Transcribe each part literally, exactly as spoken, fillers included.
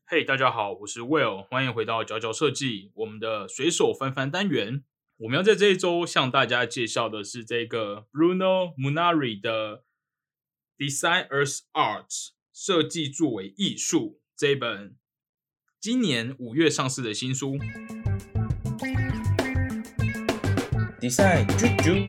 嘿、hey, 大家好，我是 Will， 欢迎回到佼佼设计，我们的随手翻翻单元。我们要在这一周向大家介绍的是这个 Bruno Munari 的 Design as Art 设计作为艺术这一本今年五月上市的新书。 Design 啾啾。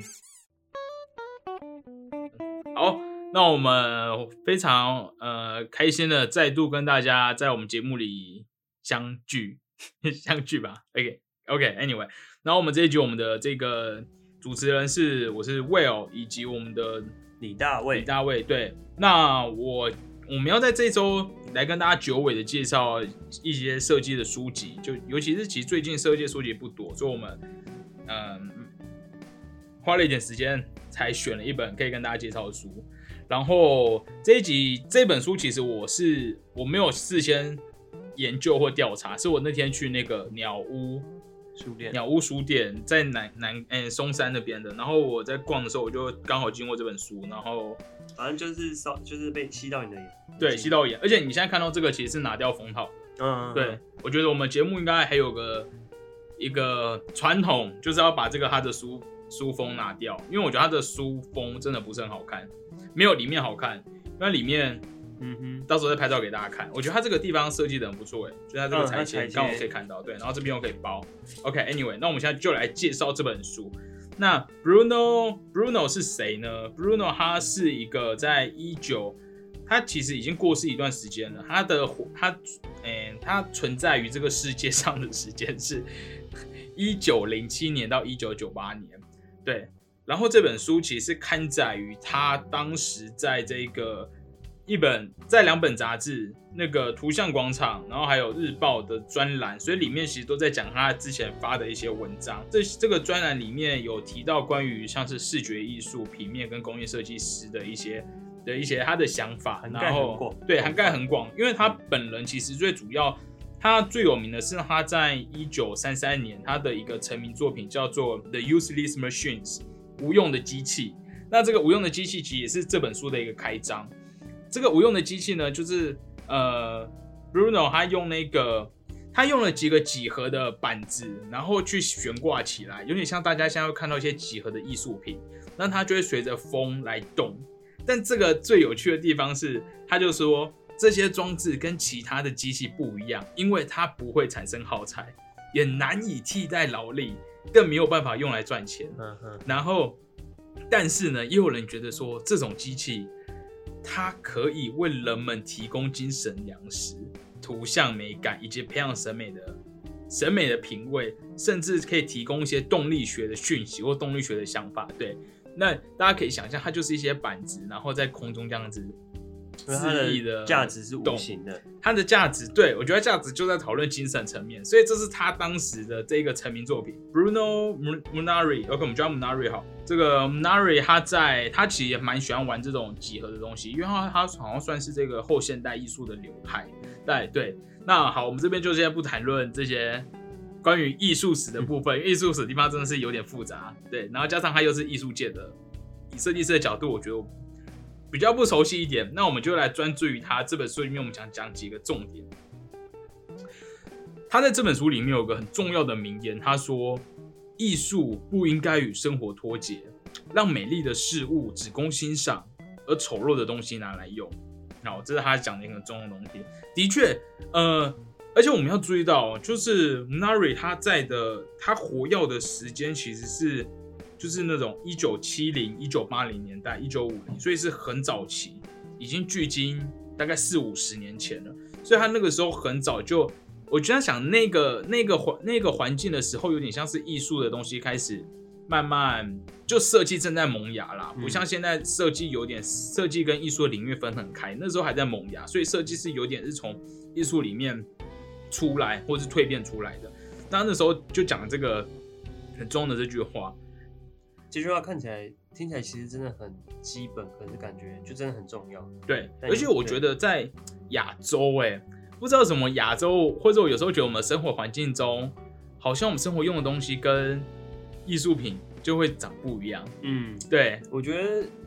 好，那我们非常呃开心的再度跟大家在我们节目里相聚，相聚吧。OK OK，Anyway，、okay, 然后我们这一集我们的这个主持人是我是 Will 以及我们的李大卫。 李大卫，对，那我我们要在这周来跟大家久违的介绍一些设计的书籍，就尤其是其实最近设计的书籍不多，所以我们嗯花了一点时间才选了一本可以跟大家介绍的书。然后这一集这本书其实我是我没有事先研究或调查，是我那天去那个鸟屋书店， 鸟屋书店在南南诶松山那边的。然后我在逛的时候，我就刚好经过这本书，然后反正就是就是被吸到你的眼， 对，吸到眼。而且你现在看到这个其实是拿掉封套的， 嗯， 对，我觉得我们节目应该还有个一个传统，就是要把这个他的书书封拿掉，因为我觉得他的书封真的不是很好看，没有里面好看，因为里面。嗯哼，到时候再拍照给大家看。我觉得它这个地方设计的很不错，哎，就它这个裁切刚好可以看到，对，然后这边又可以包。OK，Anyway，、okay, 那我们现在就来介绍这本书。那 Bruno Bruno 是谁呢 ？Bruno 他是一个在一九，他其实已经过世一段时间了。他的他，诶、欸，他存在于这个世界上的时间是一九零七年到一九九八年，对。然后这本书其实是刊载于他当时在这个。一本在两本杂志，那个图像广场，然后还有日报的专栏，所以里面其实都在讲他之前发的一些文章。这这个专栏里面有提到关于像是视觉艺术、平面跟工业设计师的一些的一些他的想法，然后对涵盖很广，因为他本人其实最主要，他最有名的是他在一九三三年他的一个成名作品叫做 The Useless Machines 无用的机器。那这个无用的机器其实也是这本书的一个开章。这个无用的机器呢，就是呃 ，Bruno 他用那个，他用了几个几何的板子，然后去悬挂起来，有点像大家现在会看到一些几何的艺术品，那它就会随着风来动。但这个最有趣的地方是，他就说这些装置跟其他的机器不一样，因为它不会产生耗材，也难以替代劳力，更没有办法用来赚钱。然后，但是呢，也有人觉得说这种机器。它可以为人们提供精神粮食、图像美感以及培养审美的审美的品味，甚至可以提供一些动力学的讯息或动力学的想法。对，那大家可以想象，它就是一些板子，然后在空中这样子恣意的价值是无形的。 它的价值，对我觉得价值就在讨论精神层面，所以这是他当时的这个成名作品 Bruno Munari。OK， 我们叫 Munari 好。这个 Munari 他在他其实也蛮喜欢玩这种几何的东西，因为他他好像算是这个后现代艺术的流派。对对，那好，我们这边就现在不谈论这些关于艺术史的部分，因为艺术史的地方真的是有点复杂。对，然后加上他又是艺术界的，以设计师的角度，我觉得比较不熟悉一点。那我们就来专注于他这本书里面，我们想讲几个重点。他在这本书里面有个很重要的名言，他说。艺术不应该与生活脱节，让美丽的事物只供欣赏，而丑陋的东西拿来用。好，这是他讲的一个很重要的东西。的确，呃，而且我们要注意到，就是 Munari 他在的他活跃的时间其实是就是那种一九七零、一九八零年代、一九五零，所以是很早期，已经距今大概四五十年前了。所以他那个时候很早就。我觉得想那个那个环那个环境的时候，有点像是艺术的东西开始慢慢就设计正在萌芽啦，不像现在设计有点设计跟艺术的领域分很开，那时候还在萌芽，所以设计是有点是从艺术里面出来或是蜕变出来的。那那时候就讲这个很重要的这句话， 这句话看起来听起来其实真的很基本，可是感觉就真的很重要。 对，而且我觉得在亚洲哎、欸。不知道什么亚洲，或者我有时候觉得我们生活环境中，好像我们生活用的东西跟艺术品就会长不一样。 嗯， 对， 我觉得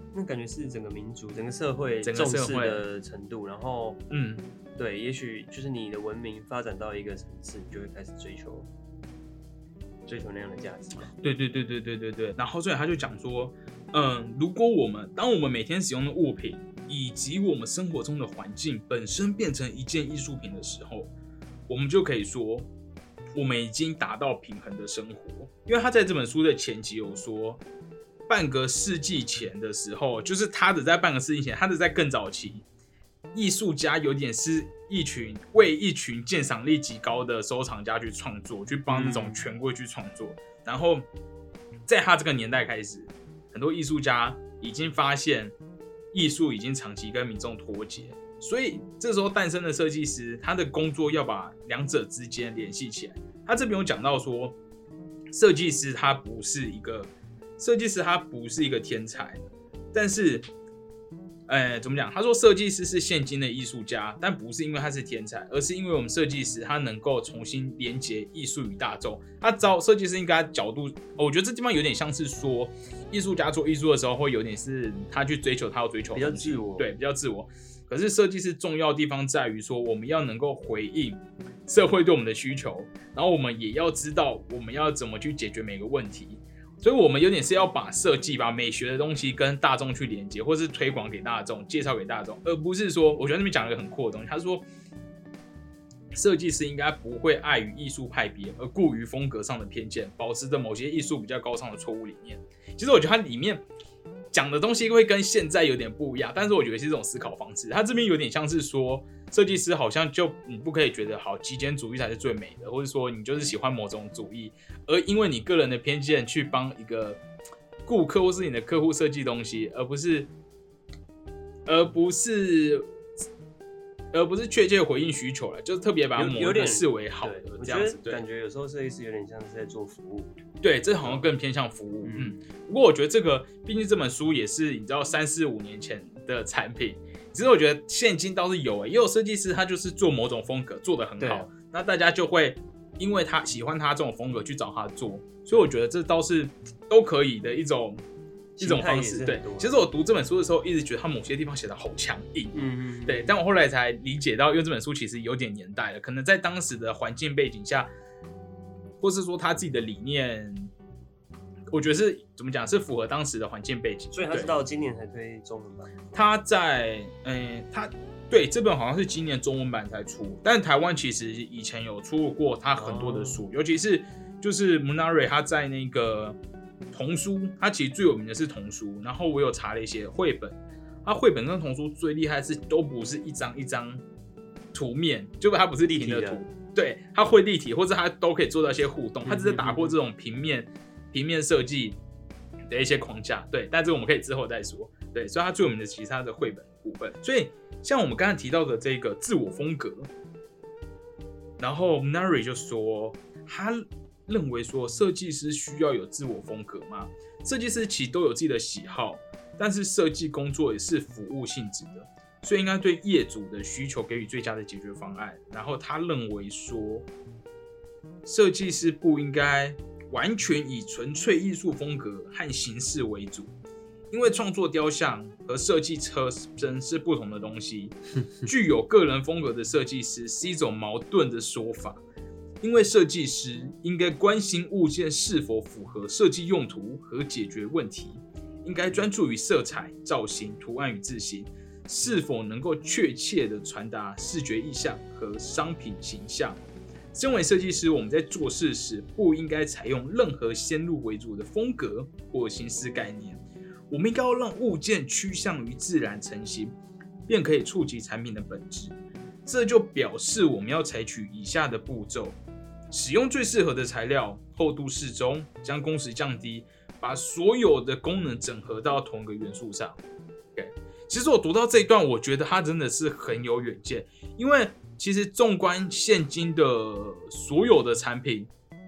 那感觉是整个民族、整个社会重视的程度，然后嗯，对，也许就是你的文明发展到一个层次，你就会开始追求追求那样的价值。 对对对对对对对。然后所以他就讲说，嗯，如果我们当我们每天使用的物品以及我们生活中的环境本身变成一件艺术品的时候，我们就可以说，我们已经达到平衡的生活。因为他在这本书的前集有说，半个世纪前的时候，就是他的在半个世纪前，他的在更早期，艺术家有点是一群为一群鉴赏力极高的收藏家去创作，去帮那种权贵去创作。嗯、然后在他这个年代开始，很多艺术家已经发现艺术已经长期跟民众脱节，所以这时候诞生的设计师，他的工作要把两者之间联系起来。他这边有讲到说，设计师他不是一个。设计师他不是一个天才，但是，呃，怎么讲？他说设计师是现今的艺术家，但不是因为他是天才，而是因为我们设计师他能够重新连结艺术与大众。他找设计师应该角度，我觉得这地方有点像是说，艺术家做艺术的时候会有点是他去追求他要追求的东西， 比较自我， 对，比较自我。可是设计师重要的地方在于说，我们要能够回应社会对我们的需求，然后我们也要知道我们要怎么去解决每个问题。所以我们有点是要把设计、把美学的东西跟大众去连接，或是推广给大众、介绍给大众，而不是说，我觉得那边讲了一个很酷的东西，他说，设计师应该不会碍于艺术派别而顾于风格上的偏见，保持着某些艺术比较高尚的错误理念。其实我觉得它里面讲的东西会跟现在有点不一样，但是我觉得是这种思考方式。他这边有点像是说，设计师好像就你不可以觉得好极简主义才是最美的，或者说你就是喜欢某种主义，而因为你个人的偏见去帮一个顾客或是你的客户设计东西，而不是而不是而不是确切回应需求了，就是特别把某一个视为好的这样子。 对，感觉有时候设计师有点像是在做服务。 对，这好像更偏向服务。嗯，嗯不过我觉得这个，毕竟这本书也是你知道三四五年前的产品，其实我觉得现今倒是有诶、欸，也有设计师他就是做某种风格做得很好，那大家就会因为他喜欢他这种风格去找他做，所以我觉得这倒是都可以的一种。一种方式，对。其实我读这本书的时候，一直觉得他某些地方写的好强硬，嗯嗯，对。但我后来才理解到，因为这本书其实有点年代了，可能在当时的环境背景下，或是说他自己的理念，我觉得是怎么讲，是符合当时的环境背景。 所以他是到今年才推中文版。 他在，嗯，他对这本好像是今年中文版才出，但台湾其实以前有出过他很多的书，哦、尤其是就是 Munari 他在那个。童书，它其实最有名的是童书，然后我有查了一些绘本，它绘本跟童书最厉害的是都不是一张一张图面，就它不是立体的图，对，它会立体，或者它都可以做到一些互动，它只是打破这种平面平面设计的一些框架，对，但这我们可以之后再说，对，所以它最有名的其实它的绘本部分，所以像我们刚才提到的这个自我风格，然后 Munari 就说他。认为说设计师需要有自我风格吗？设计师其实都有自己的喜好，但是设计工作也是服务性质的，所以应该对业主的需求给予最佳的解决方案。然后他认为说，设计师不应该完全以纯粹艺术风格和形式为主，因为创作雕像和设计车身是不同的东西。具有个人风格的设计师是一种矛盾的说法。因为设计师应该关心物件是否符合设计用途和解决问题，应该专注于色彩、造型、图案与字形是否能够确切地传达视觉意象和商品形象。身为设计师，我们在做事时不应该采用任何先入为主的风格或形式概念，我们应该要让物件趋向于自然成型，便可以触及产品的本质。这就表示我们要采取以下的步骤。使用最适合的材料，厚度适中，将工时降低，把所有的功能整合到同一个元素上。Okay. 其实我读到这一段，我觉得他真的是很有远见，因为其实纵观现今的所有的产品，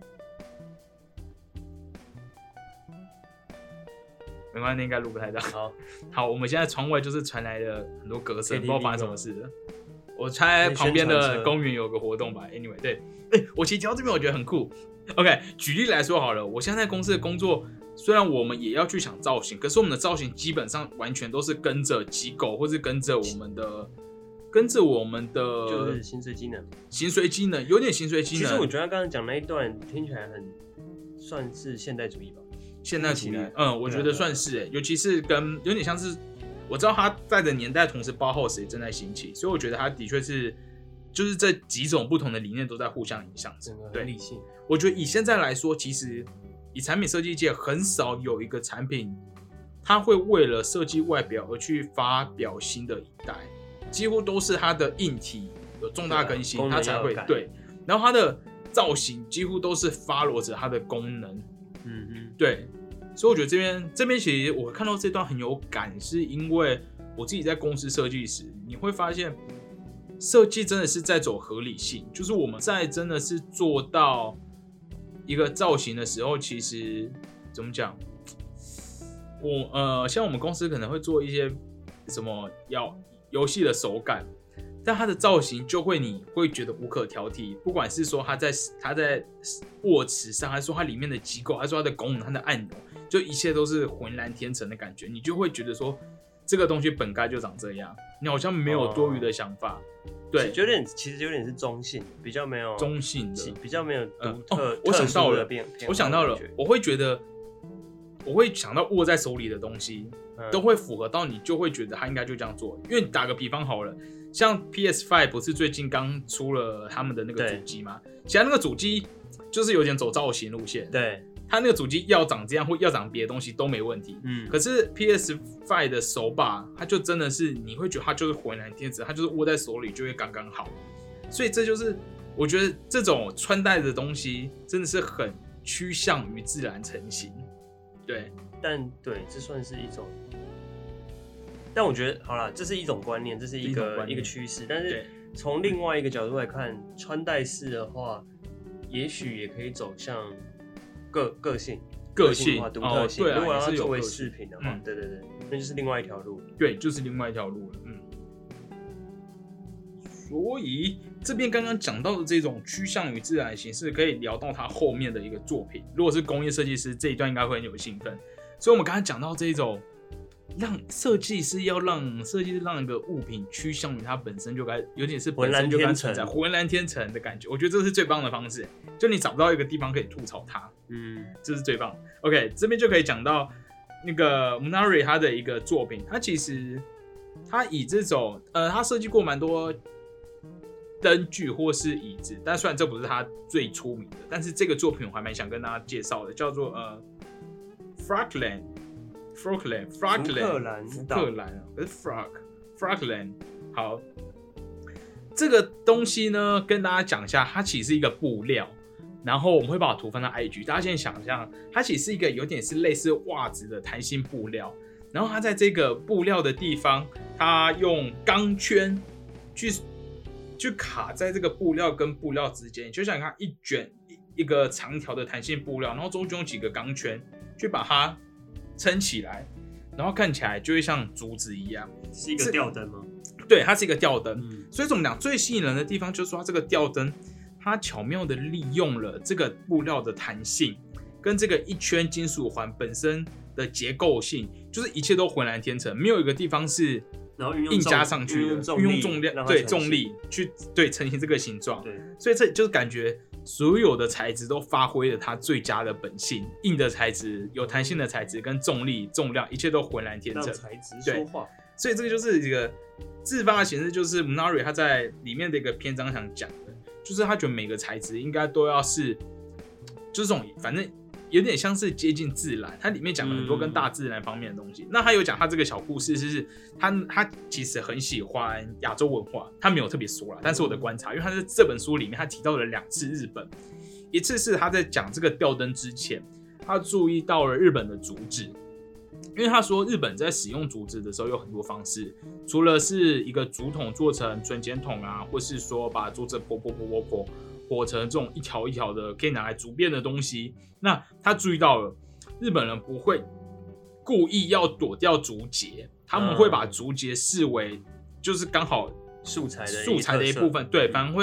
没关系，应该录不太到。好，好，我们现在窗外就是传来了很多歌声，不知道发生什么事了。我猜旁边的公园有个活动吧 ，anyway， 对，欸、我其实提到这边我觉得很酷。OK， 举例来说好了，我现在在公司的工作虽然我们也要去想造型，可是我们的造型基本上完全都是跟着机构，或是跟着我们的，跟着我们的就是形随机能， 形随机能，有点形随机能。 其实我觉得他刚刚讲那一段听起来很算是现代主义吧。 现代主义，嗯，我觉得算是哎，尤其是跟有点像是，我知道他在的年代，同时包浩也正在兴起，所以我觉得他的确是，就是这几种不同的理念都在互相影响着。 对，理性。 我觉得以现在来说，其实以产品设计界很少有一个产品，它会为了设计外表而去发表新的一代，几乎都是它的硬体有重大更新，它才会对，然后它的造型几乎都是 follow 着它的功能。嗯嗯，对，所以我觉得这边这边其实我看到这段很有感，是因为我自己在公司设计时，你会发现设计真的是在走合理性，就是我们在真的是做到一个造型的时候，其实怎么讲，我呃像我们公司可能会做一些什么要游戏的手感。但它的造型就会你会觉得无可挑剔，不管是说它在它在握持上，还是说它里面的机构，还是说它的功能、它的按钮，就一切都是浑然天成的感觉，你就会觉得说这个东西本该就长这样，你好像没有多余的想法。哦、对， 有点其实有点是中性，比较没有中性的， 比较没有独特。 呃哦、我想到了，我想到了，我会觉得，我会想到握在手里的东西、嗯、都会符合到你，就会觉得它应该就这样做。因为打个比方好了。像 P S 五 不是最近刚出了他们的那个主机吗？其实那个主机就是有点走造型路线， 对， 它那个主机要长这样或要长别的东西都没问题。嗯，可是 P S 五 的手把，它就真的是你会觉得它就是浑然天成，它就是握在手里就会刚刚好。所以这就是我觉得这种穿戴的东西真的是很趋向于自然成型。对， 但对，这算是一种。但我觉得，好啦，这是一种观念，这是一个一个趋势。但是从另外一个角度来看，穿戴式的话，也许也可以走向个个性、 个性化、独特性。 哦啊、 如果要作为饰品的话，嗯、对对对，那就是另外一条路。 对，就是另外一条路了。嗯。所以这边刚刚讲到的这种趋向于自然的形式，可以聊到他后面的一个作品。如果是工业设计师，这一段应该会很有兴奋。所以我们刚才讲到这一种。让设计师要让设计师让一个物品趋向于它本身就该有点是本身就该存在浑然天成的感觉，我觉得这是最棒的方式。就你找不到一个地方可以吐槽它，嗯，这是最棒的。OK， 这边就可以讲到那个 Munari 他的一个作品，他其实他以这种呃，他设计过蛮多灯具或是椅子，但虽然这不是他最出名的，但是这个作品我还蛮想跟大家介绍的，叫做呃 Frogland。Frogland， Frogland， 福克兰，不是 Frog，Frogland。好，这个东西呢，跟大家讲一下，它其实是一个布料，然后我们会把图放到 I G， 大家现在想象，它其实是一个有点是类似袜子的弹性布料，然后它在这个布料的地方，它用钢圈去去卡在这个布料跟布料之间，就像你看一卷一个长条的弹性布料，然后中间有几个钢圈去把它撑起来，然后看起来就会像竹子一样。 是一个吊灯吗？ 对，它是一个吊灯。嗯、所以怎么讲？最吸引人的地方就是说，它这个吊灯，它巧妙的利用了这个布料的弹性，跟这个一圈金属环本身的结构性，就是一切都浑然天成，没有一个地方是硬加上去的，运用重量，对重力去对成型这个形状。对，所以这就是感觉。所有的材质都发挥了它最佳的本性，硬的材质、有弹性的材质跟重力、重量，一切都浑然天成。 让材质说话。 所以这个就是一个自发的形式，就是 Munari 他在里面的一个篇章想讲的，就是他觉得每个材质应该都要是，就是这种反正有点像是接近自然。它里面讲了很多跟大自然方面的东西。嗯、那他有讲他这个小故事，是他他其实很喜欢亚洲文化，他没有特别说啦，但是我的观察，因为他在这本书里面他提到了两次日本，一次是他在讲这个吊灯之前，他注意到了日本的竹子，因为他说日本在使用竹子的时候有很多方式，除了是一个竹筒做成存钱筒啊，或是说把竹子剖剖剖剖剖。活成这种一条一条的可以拿来竹编的东西，那他注意到了日本人不会故意要躲掉竹节，他们会把竹节视为就是刚好素材的素材的一部分，对，反而会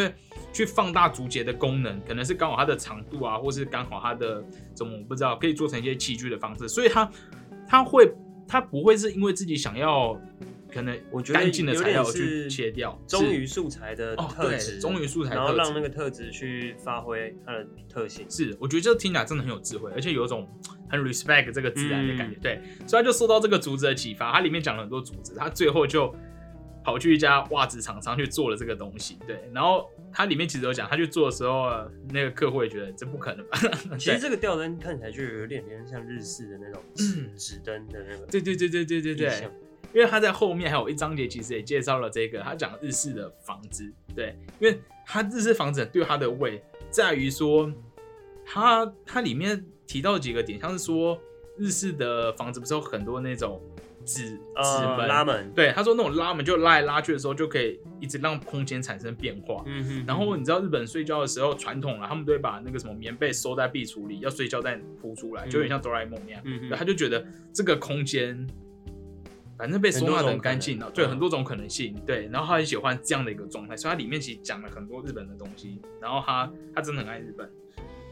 去放大竹节的功能，可能是刚好它的长度啊，或是刚好它的怎么我不知道，可以做成一些器具的方式，所以它它会它不会是因为自己想要可能干净的材料去切掉， 忠于素材的特质， 忠于素材， 然后让那个特质去发挥它的特性。 是，我觉得这听起来真的很有智慧，而且有一种很 respect 这个自然的感觉。嗯、对，所以他就受到这个竹子的启发，它里面讲了很多竹子，他最后就跑去一家袜子厂商去做了这个东西。对，然后它里面其实有讲，他去做的时候，那个客户也觉得这不可能吧？ 其实这个吊灯看起来就有点点像日式的那种纸纸灯的那个。 对对对对对对对。因为他在后面还有一章节，其实也介绍了这个，他讲日式的房子，对，因为他日式房子对他的味在于说，他他里面提到几个点，像是说日式的房子不是有很多那种纸纸门、 拉门， 对，他说那种拉门就拉来拉去的时候，就可以一直让空间产生变化。嗯哼，然后你知道日本睡觉的时候传统了，他们都会把那个什么棉被收在壁橱里，要睡觉再铺出来，就有点像哆啦 A 梦那样。嗯，他就觉得这个空间。反正被收纳的很干净了，对，很多种可能性，对，然后他很喜欢这样的一个状态，所以他里面其实讲了很多日本的东西，然后他他真的很爱日本。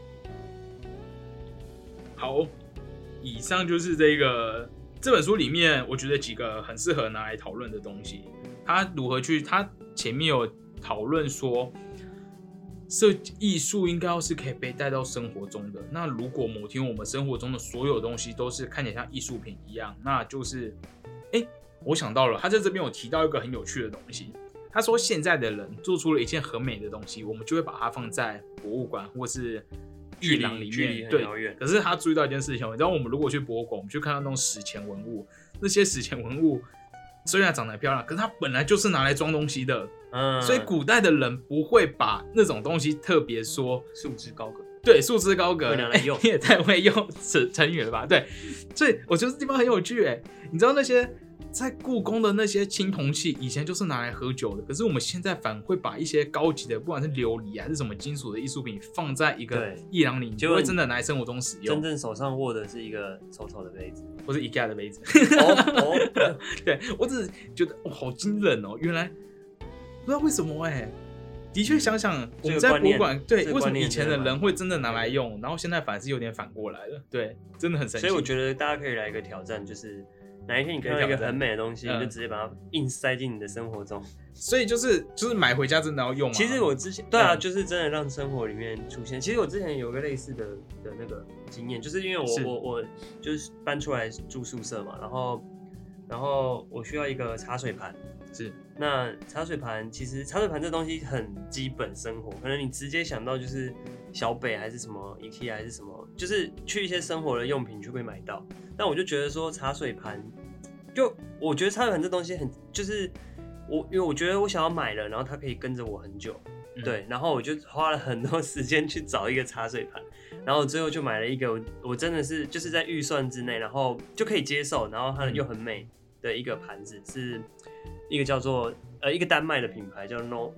好，以上就是这个这本书里面，我觉得几个很适合拿来讨论的东西。他如何去，他前面有讨论说，设计艺术应该要是可以被带到生活中的。那如果某天我们生活中的所有东西都是看起来像艺术品一样，那就是。哎，我想到了，他在这边有提到一个很有趣的东西。他说，现在的人做出了一件很美的东西，我们就会把它放在博物馆或是艺廊里面。对，可是他注意到一件事情，你知道，我们如果去博物馆，我们去看到那种史前文物，那些史前文物虽然长得漂亮，可是它本来就是拿来装东西的。嗯，所以古代的人不会把那种东西特别说束之高阁。 对，束之高阁， 拿来用， 你也太会用成语了吧？对，所以我觉得这地方很有趣哎。你知道那些在故宫的那些青铜器，以前就是拿来喝酒的，可是我们现在反而会把一些高级的，不管是琉璃还是什么金属的艺术品，放在一个艺廊里，就会真的拿来生活中使用。 真正手上握的是一个丑丑的杯子， 或是 IKEA 的杯子。哦哦，对，我只是觉得哇，好惊人哦！原来不知道为什么哎、欸。的确，想想我们在博物馆，对，为什么以前的人会真的拿来用，然后现在反而是有点反过来了，对，真的很神奇。 所以我觉得大家可以来一个挑战，就是哪一天你看到一个很美的东西，嗯、你就直接把它硬塞进你的生活中。 所以就是就是买回家真的要用吗？ 其实我之前对啊，嗯、就是真的让生活里面出现。其实我之前有个类似的的那个经验，就是因为我是我我就是搬出来住宿舍嘛，然后然后我需要一个茶水盘。 是， 那茶水盘其实茶水盘这东西很基本生活，可能你直接想到就是小北还是什么 IKEA 还是什么，就是去一些生活的用品就会买到。但我就觉得说茶水盘，就我觉得茶水盘这东西很就是我因为我觉得我想要买了，然后它可以跟着我很久，嗯、对，然后我就花了很多时间去找一个茶水盘，然后最后就买了一个我我真的是就是在预算之内，然后就可以接受，然后它又很美的一个盘子是。一个叫做呃一个丹麦的品牌叫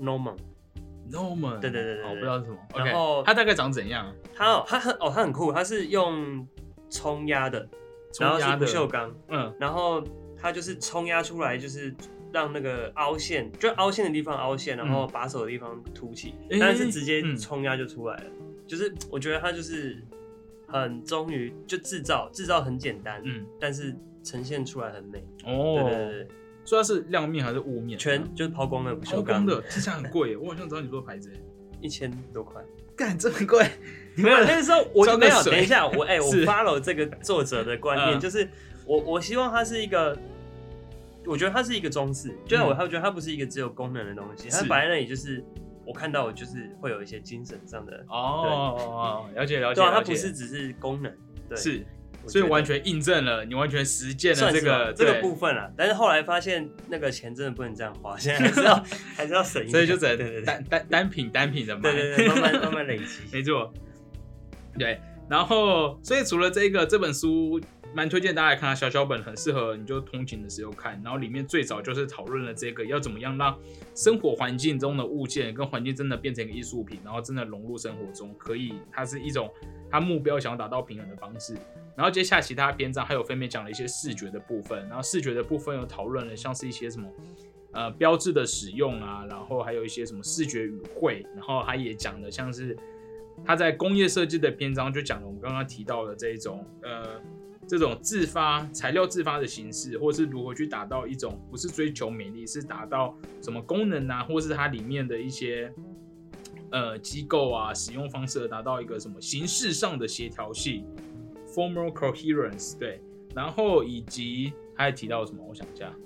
Norman，Norman， 对对对对， 我不知道是什么。 然后它大概长怎样？ 它哦它很哦它很酷，它是用冲压的，然后是不锈钢，嗯，然后它就是冲压出来，就是让那个凹陷，就凹陷的地方凹陷，然后把手的地方凸起，嗯、但是直接冲压就出来了。嗯、就是我觉得它就是很忠于就制造，制造很简单，嗯，但是呈现出来很美。哦，对对对。 所以它是亮面还是雾面？ 全就是抛光的不锈钢。 抛光的，听起来很贵耶。我好像知道你说的牌子， 一千多块。 干，这很贵。 没有，那个时候我就没有。等一下，我哎、欸，我 follow 这个作者的观念，就是我我希望它是一个，我觉得它是一个装饰，就像我他觉得它不是一个只有功能的东西，它摆在那里就是我看到我就是会有一些精神上的哦，了解了解。 对啊，它不是只是功能，对。 是。所以完全印证了，你完全实践了这个这个部分啊。但是后来发现那个钱真的不能这样花，现在还是要还是要省一点， 所以就只能单单单品单品的买， 对对对，慢慢慢慢累积。 没错，对。然后，所以除了这个这本书，蛮推荐大家来看它，小小本很适合你就通勤的时候看。然后里面最早就是讨论了这个要怎么样让生活环境中的物件跟环境真的变成一个艺术品，然后真的融入生活中，可以它是一种它目标想要达到平衡的方式。然后接下来其他篇章还有分别讲了一些视觉的部分，然后视觉的部分有讨论了像是一些什么呃标志的使用啊，然后还有一些什么视觉语汇，然后他也讲的像是他在工业设计的篇章就讲了我们刚刚提到的这一种呃这种自发材料自发的形式，或是如何去达到一种不是追求美丽，是达到什么功能啊，或是它里面的一些呃机构啊使用方式而达到一个什么形式上的协调性 formal coherence， 对，然后以及他还提到什么，我想一下，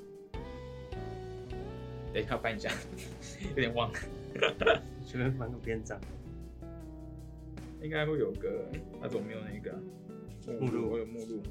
等一下翻一下有点忘了随便翻个篇章应该会有个，他怎么没有那个目录？我有目录。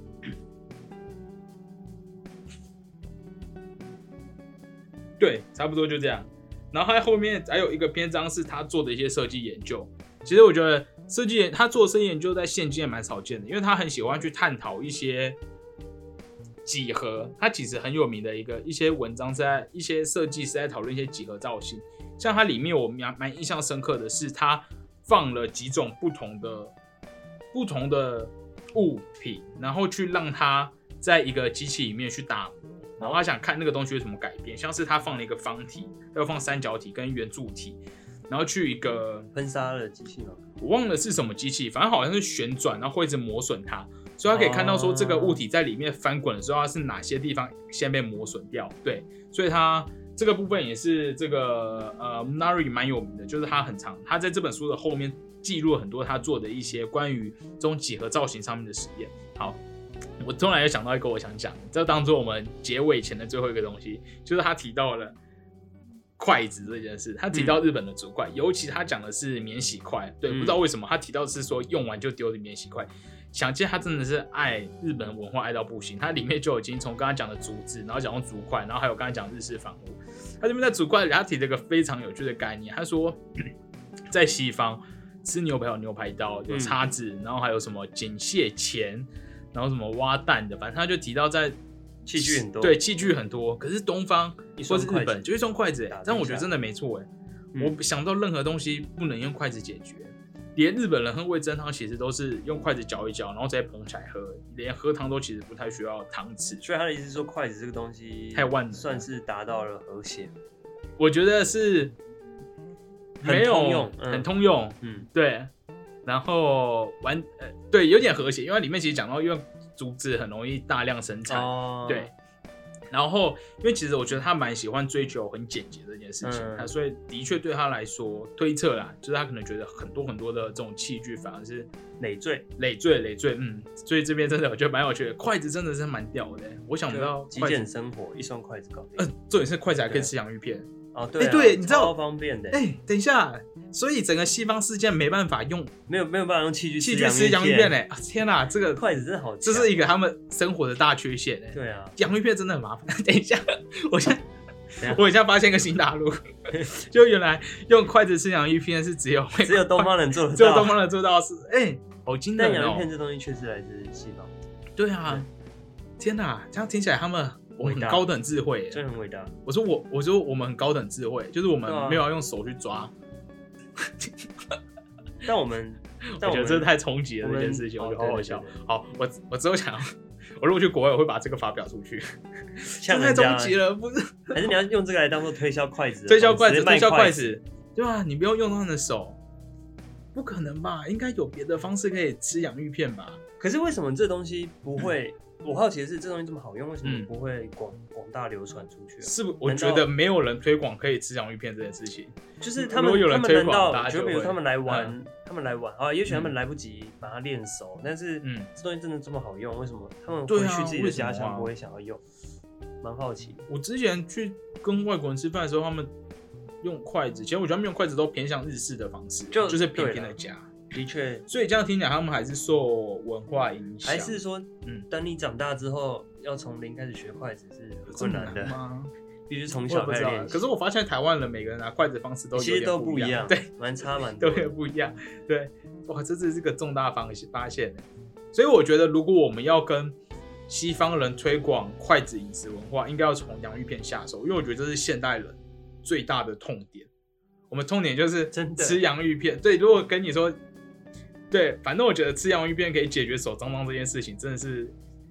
对，差不多就这样。然后他后面还有一个篇章是他做的一些设计研究。其实我觉得设计他做的设计研究在现今也蛮少见的，因为他很喜欢去探讨一些几何。他其实很有名的一个一些文章是在一些设计是在讨论一些几何造型。像它里面我蛮蛮印象深刻的是，他放了几种不同的不同的物品，然后去让它在一个机器里面去打磨，然后他想看那个东西有什么改变，像是他放了一个方体，要放三角体跟圆柱体，然后去一个喷砂的机器吗？ 我忘了是什么机器，反正好像是旋转，然后会一直磨损它，所以他可以看到说这个物体在里面翻滚的时候，它是哪些地方先被磨损掉。对，所以他这个部分也是这个呃 Munari 蛮有名的，就是他很长，他在这本书的后面记录了很多他做的一些关于这种几何造型上面的实验。好，我突然又想到一个我想讲，这当做我们结尾前的最后一个东西，就是他提到了筷子这件事。他提到日本的竹筷，嗯、尤其他讲的是免洗筷。对，嗯、不知道为什么他提到的是说用完就丢的免洗筷。想见他真的是爱日本文化爱到不行，他里面就已经从刚刚讲的竹子，然后讲到竹筷，然后还有刚才讲日式房屋。他这边在竹筷里，他提了一个非常有趣的概念，他说在西方吃牛排有牛排刀，有叉子，嗯、然后还有什么剪蟹钳，然后什么挖蛋的，反正他就提到在器具很多， 对，器具很多。可是东方或是日本就一双筷子，但我觉得真的没错哎，嗯、我想不到任何东西不能用筷子解决。连日本人喝味噌汤其实都是用筷子搅一搅，然后直接捧起来喝。连喝汤都其实不太需要汤匙。 所以他的意思是说，筷子这个东西太万能， 算是达到了和谐。 我觉得是没有很通用， 嗯、很通用， 嗯， 对。然后完，呃，对，有点和谐，因为里面其实讲到，因为竹子很容易大量生产，哦、对。然后，因为其实我觉得他蛮喜欢追求很简洁这件事情，嗯、所以的确对他来说，推测啦，就是他可能觉得很多很多的这种器具反而是累赘、 累赘、累赘，嗯，所以这边真的我觉得蛮有趣的，筷子真的是蛮屌的，我想不到极简生活一双筷子搞定， 呃，重点是筷子还可以吃洋芋片。 哦，对、啊， 哎、欸，对，你知道超方便的。 哎、欸，等一下，所以整个西方世界没办法用， 没有没有办法用器具器具吃洋芋片嘞、欸！天哪、啊，这个筷子真的好， 这是一个他们生活的大缺陷哎、欸。 对啊， 洋芋片真的很麻烦。等一下，我现在我现在发现一个新大陆，就原来用筷子吃洋芋片是只有只有东方人做得到， 只有东方人做到的事。哎、欸，好惊人哦！ 但洋芋片这东西确实来自西方。 对啊，天哪、啊，这样听起来他们。我们很高等智慧， 真的很伟大。 我说我，我说我们很高等智慧，就是我们没有要用手去抓。 啊、但我们， 我觉得这太冲击了这件事情，我觉得好好笑。好，我我之后想，我如果去国外，我会把这个发表出去。这太冲击了，不是？ 还是你要用这个来当做推销筷子？ 推销筷子，推销筷子，对吧？你不用用他们的手，不可能吧？应该有别的方式可以吃洋芋片吧？ 可是为什么这东西不会？我好奇的是，这东西这么好用，为什么不会广广、嗯、大流传出去、啊？ 是不？我觉得没有人推广可以吃洋芋片这件事情。 就是他们， 如果有人推广， 他们难道就比如他们来玩， 嗯、 他们来玩啊，也许他们来不及把它练熟，嗯、但是嗯，这东西真的这么好用，为什么他们回去自己的家乡不会想要用？蛮、啊、好奇。 我之前去跟外国人吃饭的时候，他们用筷子，其实我觉得他们用筷子都偏向日式的方式，就就是平平的夹。 的确， 所以这样听起来，他们还是受文化影响。 还是说，嗯，等你长大之后，要从零开始学筷子是很困难的吗？必须从小开始练习。 可是我发现台湾人每个人拿筷子方式都有点不一样， 对，蛮差蛮多， 都有点不一样。对，哇，这真是个重大发现。所以我觉得，如果我们要跟西方人推广筷子饮食文化，应该要从洋芋片下手，因为我觉得这是现代人最大的痛点。我们痛点就是吃洋芋片。对，如果跟你说。对，反正我觉得吃洋芋片可以解决手脏脏这件事情，真的是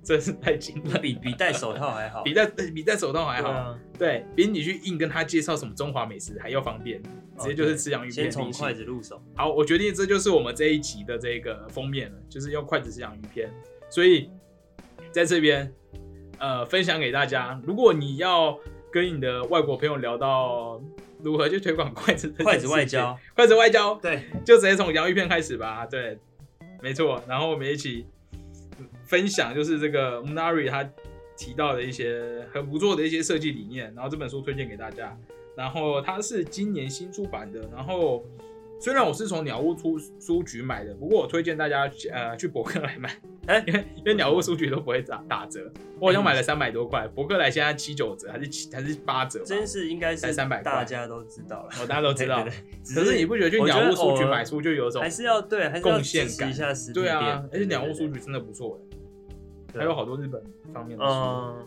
真是太惊了， 比比戴手套还好， 比戴比戴手套还好，对,、啊、对比你去硬跟他介绍什么中华美食还要方便，直接就是吃洋芋片。 先从筷子入手。 好，我决定这就是我们这一集的这个封面了，就是用筷子吃洋芋片。所以在这边，呃，分享给大家，如果你要跟你的外国朋友聊到如何去推广筷子， 筷子外交， 筷子外交， 对， 就直接从洋芋片开始吧。对，没错。然后我们一起分享，就是这个 Munari 他提到的一些很不错的一些设计理念，然后这本书推荐给大家。然后它是今年新出版的，然后虽然我是从鸟屋出书局买的，不过我推荐大家呃去博客来买，欸、因为因为鸟屋书局都不会打打折，我好像买了三百多块，博客来现在七九折还是七还是八折， 真是应该是三百块， 大家都知道了， 哦，大家都知道。 对对对， 可是你不觉得去鸟屋书局买书就有种还是要对还是要支持一下实体店？ 对啊，而且鸟屋书局真的不错哎，还有好多日本方面的书。嗯，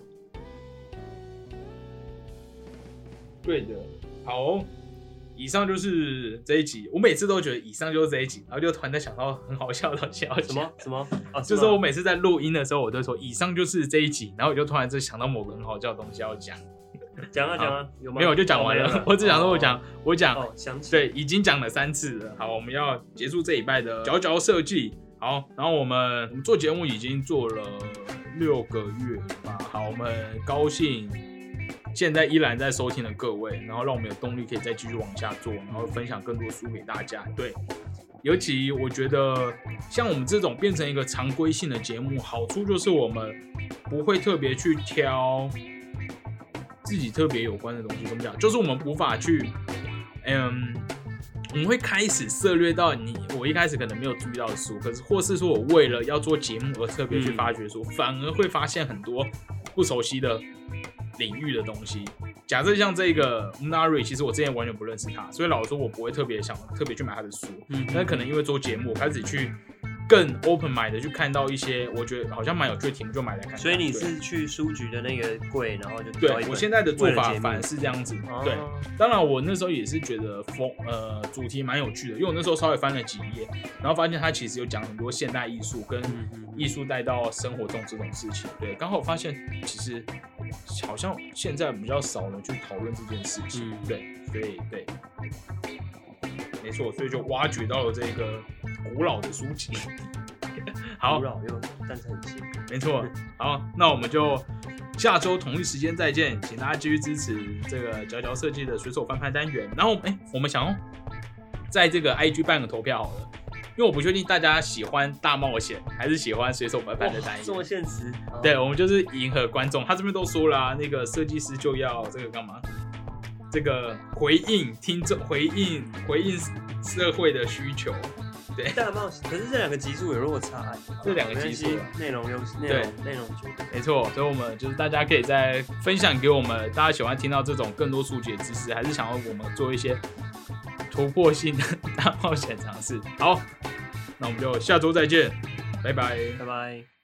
对的，好、哦。以上就是这一集，我每次都觉得以上就是这一集，然后就突然间想到很好笑的东西要讲。 什么什么？啊、 就是我每次在录音的时候，我都说以上就是这一集，然后我就突然间想到某个很好笑的东西要讲。 讲啊讲啊，有吗？ 没有，我就讲完了。哦、我只想说我讲，哦、我讲， 哦、想起对，已经讲了三次了。好，我们要结束这礼拜的佼佼设计。好，然后我们我们做节目已经做了六个月吧。好，我们高兴。现在依然在收听的各位，然后让我们有动力可以再继续往下做，然后分享更多书给大家。对，尤其我觉得像我们这种变成一个常规性的节目，好处就是我们不会特别去挑自己特别有关的东西。怎么讲？就是我们无法去，嗯，我们会开始涉略到你我一开始可能没有注意到的书，可是或是说我为了要做节目而特别去发掘书，嗯、反而会发现很多不熟悉的领域的东西。假设像这个 Munari， 其实我之前完全不认识他，所以老实说我不会特别想特别去买他的书。嗯，但可能因为做节目，我开始去更 open mind 的去看到一些我觉得好像蛮有趣的题目，就买来看看。 所以你是去书局的那个柜，然后就对我现在的做法反而是这样子。 哦、 对，当然我那时候也是觉得风呃主题蛮有趣的，因为我那时候稍微翻了几页，然后发现他其实有讲很多现代艺术跟艺术带到生活中这种事情。对，刚好发现其实好像现在比较少人去讨论这件事情。嗯、对，所以对。没错，所以就挖掘到了这个古老的书籍。好， 古老又但是很新。 没错，好，那我们就下周同一时间再见，请大家继续支持这个佼佼设计的随手翻拍单元。然后，哎、欸，我们想要在这个 I G 办个投票好了，因为我不确定大家喜欢大冒险还是喜欢随手翻拍的单元。 这么现实？ 对，我们就是迎合观众。他这边都说了、啊，那个设计师就要这个干嘛？这个回应听众，回应回应社会的需求，对。 大冒险，可是这两个集数有落差、欸， 这两个集数内容有内容内容决定。 没错，所以我们就是大家可以再分享给我们，大家喜欢听到这种更多书籍的知识，还是想要我们做一些突破性的大冒险尝试？好，那我们就下周再见，拜拜， 拜拜。